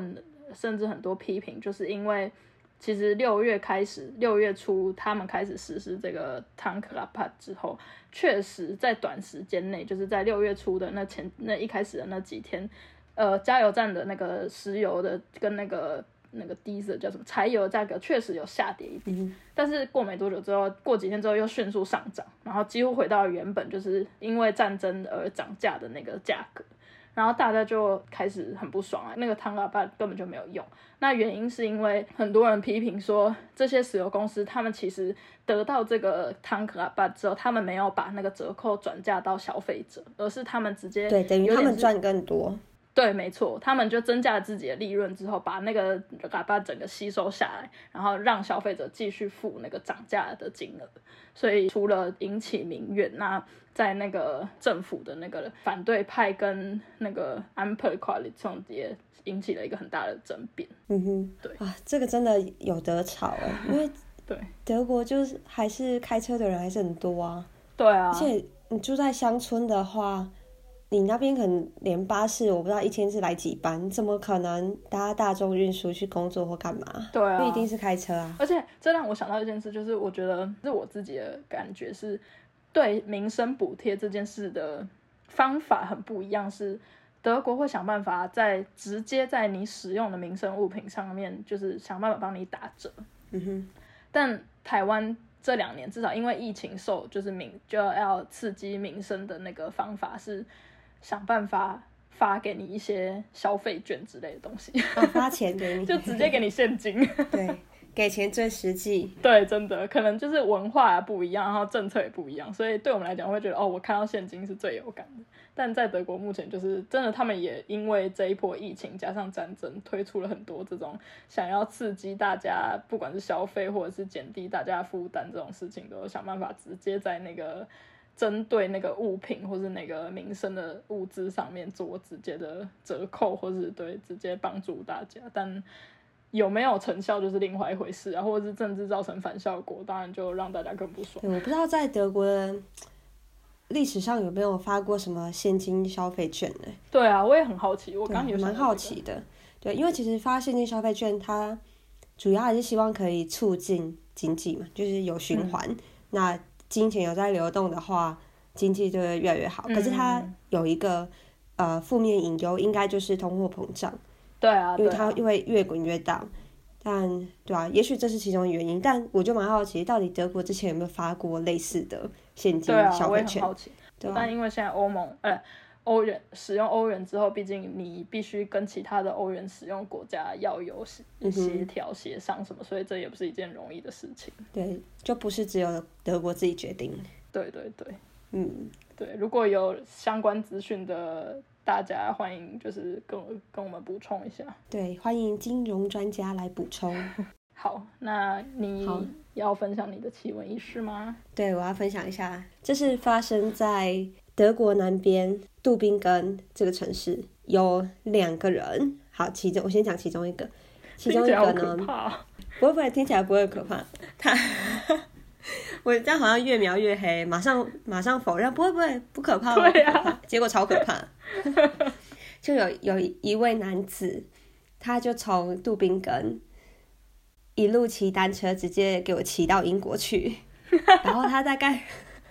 甚至很多批评，就是因为其实6月初他们开始实施这个 Tankrapat 之后，确实在短时间内，就是在6月初的那一开始的那几天，加油站的那个石油的跟那个diesel叫什么柴油的价格确实有下跌一点，但是过没多久之后，过几天之后又迅速上涨，然后几乎回到原本就是因为战争而涨价的那个价格。然后大家就开始很不爽啊，那个汤卡巴根本就没有用。那原因是因为很多人批评说，这些石油公司他们其实得到这个汤卡巴之后，他们没有把那个折扣转嫁到消费者，而是他们直接对，等于他们赚更多。 对，没错，他们就增加了自己的利润之后，把那个嘎巴整个吸收下来，然后让消费者继续付那个涨价的金额。所以除了引起民怨，那在那个政府的那个反对派跟那个安倍coalition也引起了一个很大的争辩。对啊，这个真的有得吵因为对德国就是还是开车的人还是很多啊。 对啊， 而且你住在乡村的话，你那边可能连巴士我不知道一天是来几班，怎么可能搭大众运输去工作或干嘛？ 对啊， 不一定是开车啊。 而且这让我想到一件事，就是我觉得是我自己的感觉是，对民生补贴这件事的方法很不一样，是德国会想办法直接在你使用的民生物品上面，就是想办法帮你打折。但台湾这2年至少因为疫情就要刺激民生的那个方法是想办法发给你一些消费券之类的东西， 发钱给你， 就直接给你现金。 对，给钱最实际。 对，真的可能就是文化不一样，然后政策也不一样，所以对我们来讲会觉得我看到现金是最有感的。但在德国目前就是真的，他们也因为这一波疫情加上战争，推出了很多这种想要刺激大家不管是消费或者是减低大家负担这种事情，都想办法直接在那个针对那个物品或是那个民生的物资上面做直接的折扣，或是对直接帮助大家。但有没有成效就是另外一回事啊，或者是政治造成反效果，当然就让大家更不爽。 对，我不知道在德国的历史上有没有发过什么现金消费券呢？ 对啊，我也很好奇，我刚有蛮好奇的。对，因为其实发现金消费券，它主要还是希望可以促进经济嘛，就是有循环。那金钱有在流动的话，经济就会越来越好。可是它有一个负面隐忧，应该就是通货膨胀。 对啊， 因为它会越滚越大。但对啊，也许这是其中的原因，但我就蛮好奇，到底德国之前有没有发过类似的现金消费券？ 对啊，我也很好奇。对啊，但因为现在欧元使用欧元之后，毕竟你必须跟其他的欧元使用国家要有协调协商什么，所以这也不是一件容易的事情。 对，就不是只有德国自己决定。 对对对，对，如果有相关资讯的，大家欢迎就是跟我们补充一下。 对，欢迎金融专家来补充。 好，那你要分享你的奇闻异事吗？ 对，我要分享一下，这是发生在德国南边杜宾根这个城市，有2个人。好，我先讲其中一个。其中一个呢，不会听起来不会可怕。我这样好像越描越黑，马上否认，不会不可怕， 对啊， 结果超可怕。就有一位男子，他就从杜宾根一路骑单车，直接给我骑到英国去。然后他大概，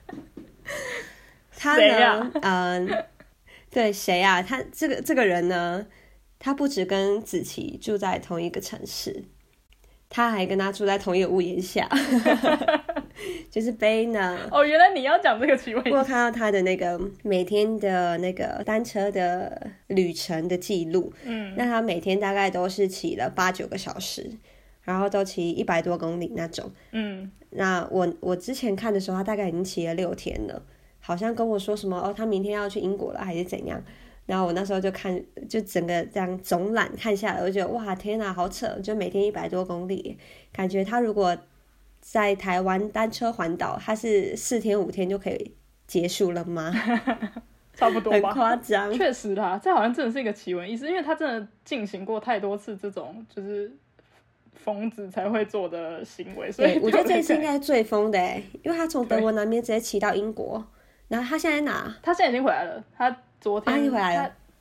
他呢，对，谁啊？他这个人呢，他不只跟子琪住在同一个城市，他还跟他住在同一个屋檐下。就是贝呢。 原来你要讲这个奇闻异事。 我看到他的那个每天的那个单车的旅程的记录，那他每天大概都是骑了8-9个小时，然后都骑100多公里那种。那我之前看的时候，他大概已经骑了6天了，好像跟我说什么他明天要去英国了还是怎样。然后我那时候就整个这样总览看下来，我就觉得哇天哪，好扯！就每天100多公里，感觉他如果在台湾单车环岛，他是4天5天就可以结束了吗？ 差不多吧， 很夸张。 确实啦，这好像真的是一个奇闻异事，因为他真的进行过太多次这种就是疯子才会做的行为，所以我觉得这次应该是最疯的因为他从德国南边直接骑到英国，然后他现在在哪？ 他现在已经回来了，他昨天已经回来了。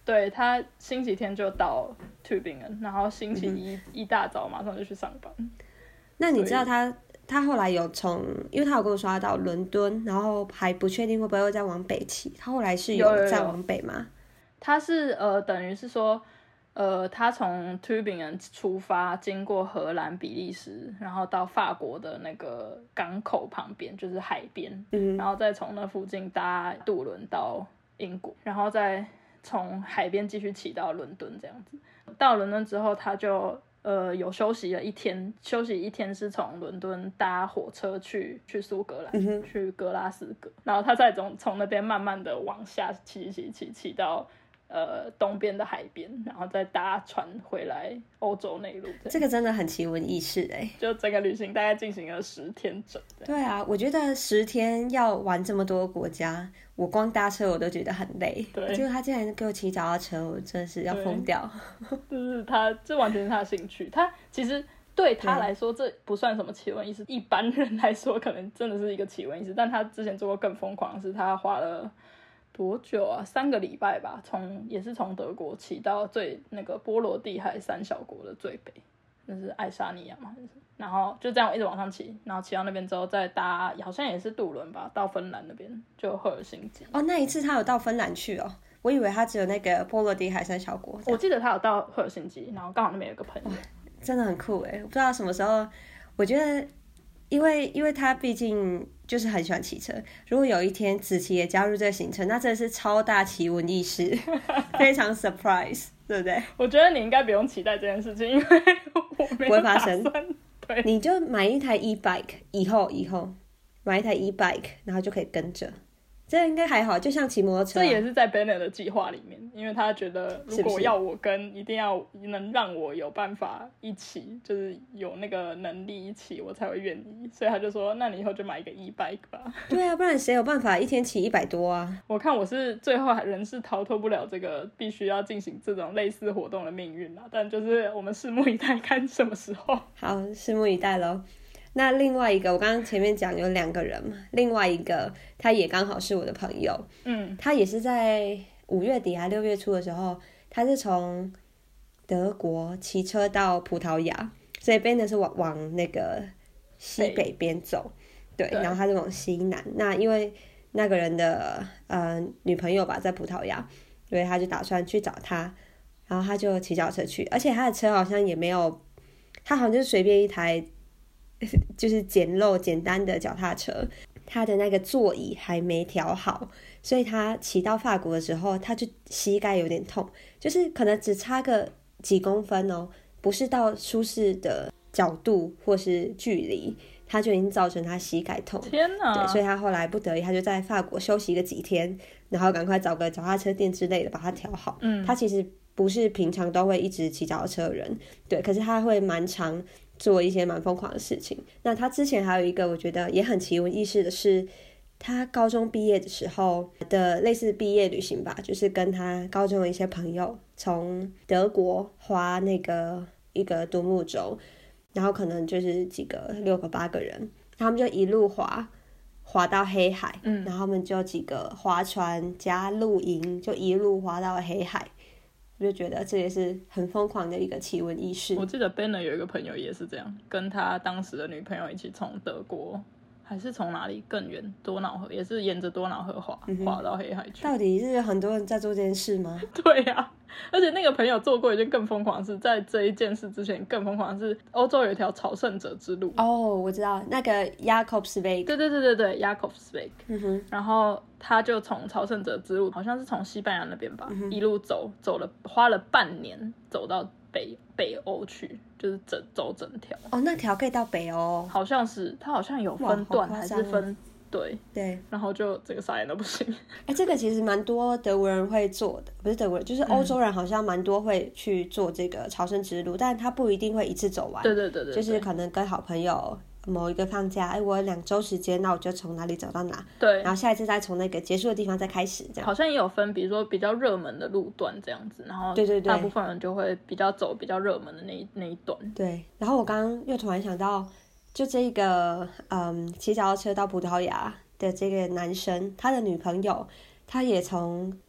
对，他星期天就到 Tübingen， 然后星期一大早马上就去上班。 那你知道他后来有因为他有跟我说他到伦敦，然后还不确定会不会又再往北骑，他后来是有再往北吗？ 他是等于是说他从 Tübingen 出发，经过荷兰、比利时，然后到法国的那个港口旁边，就是海边，然后再从那附近搭渡轮到英国，然后再从海边继续骑到伦敦这样子。到伦敦之后，他就有休息了一天，休息一天是从伦敦搭火车去苏格兰，去格拉斯哥，然后他再从那边慢慢的往下骑到东边的海边，然后再搭船回来欧洲内陆。 这个真的很奇闻异事就整个旅行大概进行了10天整。 对啊，我觉得10天要玩这么多国家，我光搭车我都觉得很累。对，结果他竟然给我骑脚踏车，我真的是要疯掉。 就是这完全是他的兴趣，他其实对他来说这不算什么奇闻异事，一般人来说可能真的是一个奇闻异事，但他之前做过更疯狂的是，他花了多久啊？3个礼拜吧，也是从德国骑到那个波罗的海3小国的最北，那是爱沙尼亚嘛，然后就这样一直往上骑，然后骑到那边之后再搭好像也是渡轮吧，到芬兰那边就赫尔辛基。 那一次他有到芬兰去哦，我以为他只有那个波罗的海3小国。 我记得他有到赫尔辛基，然后刚好那边有个朋友。 真的很酷耶，我不知道什么时候，我觉得因为他毕竟就是很喜欢骑车，如果有一天子琪也加入这个行程，那真的是超大奇闻异事，非常 surprise， 对不对？ 我觉得你应该不用期待这件事情，因为我没有打算。对， 你就买一台 e-bike， 以后买一台 e-bike， 然后就可以跟着。这应该还好，就像骑摩托车。 这也是在 Banner 的计划里面，因为他觉得如果要我跟，一定要能让我有办法一起，就是有那个能力一起，我才会愿意。所以他就说，那你以后就买一个 e-bike 吧。 对啊，不然谁有办法一天骑100多啊？ 我看我是最后人是逃脱不了这个必须要进行这种类似活动的命运啦。但就是我们拭目以待，看什么时候。 好，拭目以待咯。那另外一个，我刚刚前面讲有2个人嘛，另外一个他也刚好是我的朋友，他也是在5月底还6月初的时候，他是从德国骑车到葡萄牙，所以 Ben 是往那个西北边走，对，然后他是往西南。那因为那个人的女朋友吧在葡萄牙，所以他就打算去找他，然后他就骑脚车去，而且他的车好像也没有，他好像就是随便一台。就是简单的脚踏车，他的那个座椅还没调好，所以他骑到法国的时候，他就膝盖有点痛，就是可能只差个几公分哦，不是到舒适的角度或是距离，他就已经造成他膝盖痛。 天哪！ 对，所以他后来不得已，他就在法国休息个几天，然后赶快找个脚踏车店之类的把它调好。他其实不是平常都会一直骑脚踏车的人，对，可是他会蛮常做一些蛮疯狂的事情。那他之前还有一个我觉得也很奇闻异事的是，他高中毕业的时候的类似毕业旅行吧，就是跟他高中的一些朋友从德国划那个一个独木舟，然后可能就是6个8个人，他们就一路划到黑海，然后他们就几个划船加露营，就一路划到黑海。我就觉得这也是很疯狂的一个奇闻异事。 我记得 Banner 有一个朋友也是这样，跟他当时的女朋友一起从德国还是从哪里更远，多瑙河，也是沿着多瑙河划到黑海去。 到底是有很多人在做这件事吗？ 对啊，而且那个朋友做过一件更疯狂的事，在这一件事之前更疯狂的是，欧洲有一条朝圣者之路。 我知道那个 Jakobsweg。 对 Jakobsweg。然后他就从朝圣者之路，好像是从西班牙那边吧，一路花了半年走到北欧去，就是走整条。 那条可以到北欧？ 好像是，它好像有分段还是分。对，然后就这个傻眼都不行。 这个其实蛮多德国人会做的，不是德国人，就是欧洲人好像蛮多会去做这个朝圣之路，但他不一定会一次走完。 对， 就是可能跟好朋友某一个放假，我有2周时间，那我就从哪里走到哪， 对， 然后下一次再从那个结束的地方再开始，这样。 好像也有分，比如说比较热门的路段这样子，然后大部分人就会走比较热门的那一段。 对，然后我刚刚又突然想到，就这个骑脚踏车到葡萄牙的这个男生，他的女朋友，他也从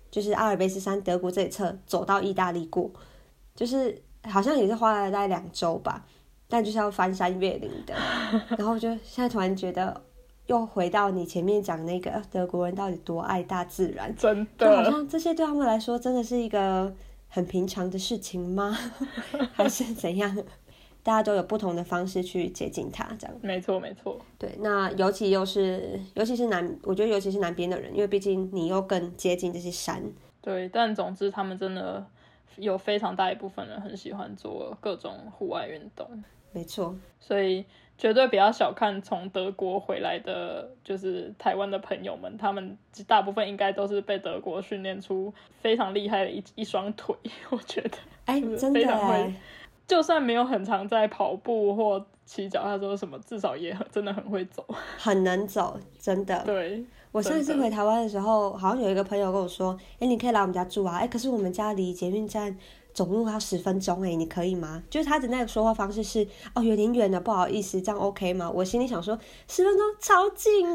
就是阿尔卑斯山德国这一侧走到意大利过，就是好像也是花了大概2周吧，但就是要翻山越岭的。然后就现在突然觉得又回到你前面讲那个德国人到底多爱大自然， 真的就好像这些对他们来说真的是一个很平常的事情吗？还是怎样？大家都有不同的方式去接近它，这样。 没错没错。 对，那尤其是我觉得尤其是南边的人，因为毕竟你又更接近这些山。 对，但总之他们真的有非常大一部分人很喜欢做各种户外运动。 没错， 所以绝对不要小看从德国回来的就是台湾的朋友们，他们大部分应该都是被德国训练出非常厉害的一双腿，我觉得真的会，就算没有很常在跑步或骑脚踏车什么，至少也真的很会走， 很能走，真的。 对， 我上一次回台湾的时候，好像有一个朋友跟我说，你可以来我们家住啊，可是我们家离捷运站走路要10分钟，你可以吗？就是他的那个说话方式是，有点远了，不好意思，这样 OK 吗？我心里想说，10分钟超近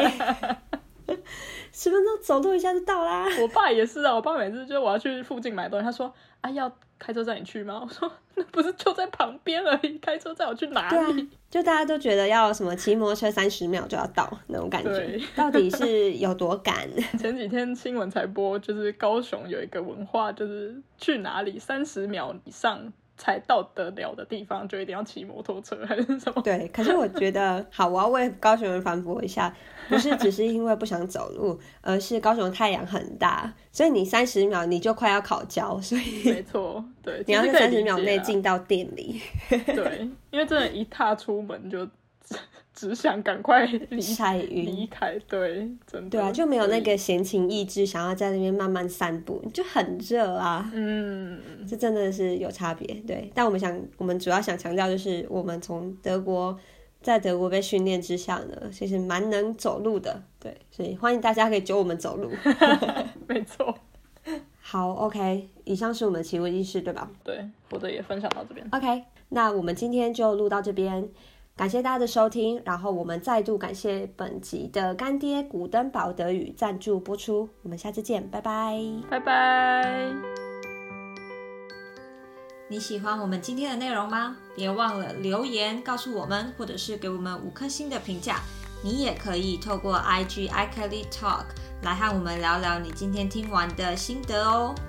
10分钟走路一下就到啦。 我爸也是啊，我爸每次就我要去附近买东西，他说要开车载你去吗？我说那不是就在旁边而已，开车载我去哪里？ 就大家都觉得要什么骑摩托车30秒就要到那种感觉，到底是有多赶？ 前几天新闻才播，就是高雄有一个文化，就是去哪里30秒以上才到得了的地方就一定要骑摩托车还是什么。 对，可是我觉得好，我要为高雄人反驳一下，不是只是因为不想走路，而是高雄的太阳很大，所以你30秒你就快要烤焦，所以没错，对， 你要在30秒内进到店里。 对，因为真的一踏出门就只想赶快晒晕离开，对，真的。 对啊，就没有那个闲情逸致想要在那边慢慢散步，就很热啊。这真的是有差别。对，但我们主要想强调就是我们从在德国被训练之下呢，其实蛮能走路的。对，所以欢迎大家可以揪我们走路。 没错。 好 ，OK， 以上是我们的奇闻异事，对吧？ 对，我的也分享到这边。 OK， 那我们今天就录到这边。感谢大家的收听，然后我们再度感谢本集的干爹古登堡德语赞助播出，我们下次见，拜拜， 拜拜。 你喜欢我们今天的内容吗？别忘了留言告诉我们，或者是给我们5颗星的评价。你也可以透过 IG iKellyTalk 来和我们聊聊你今天听完的心得哦。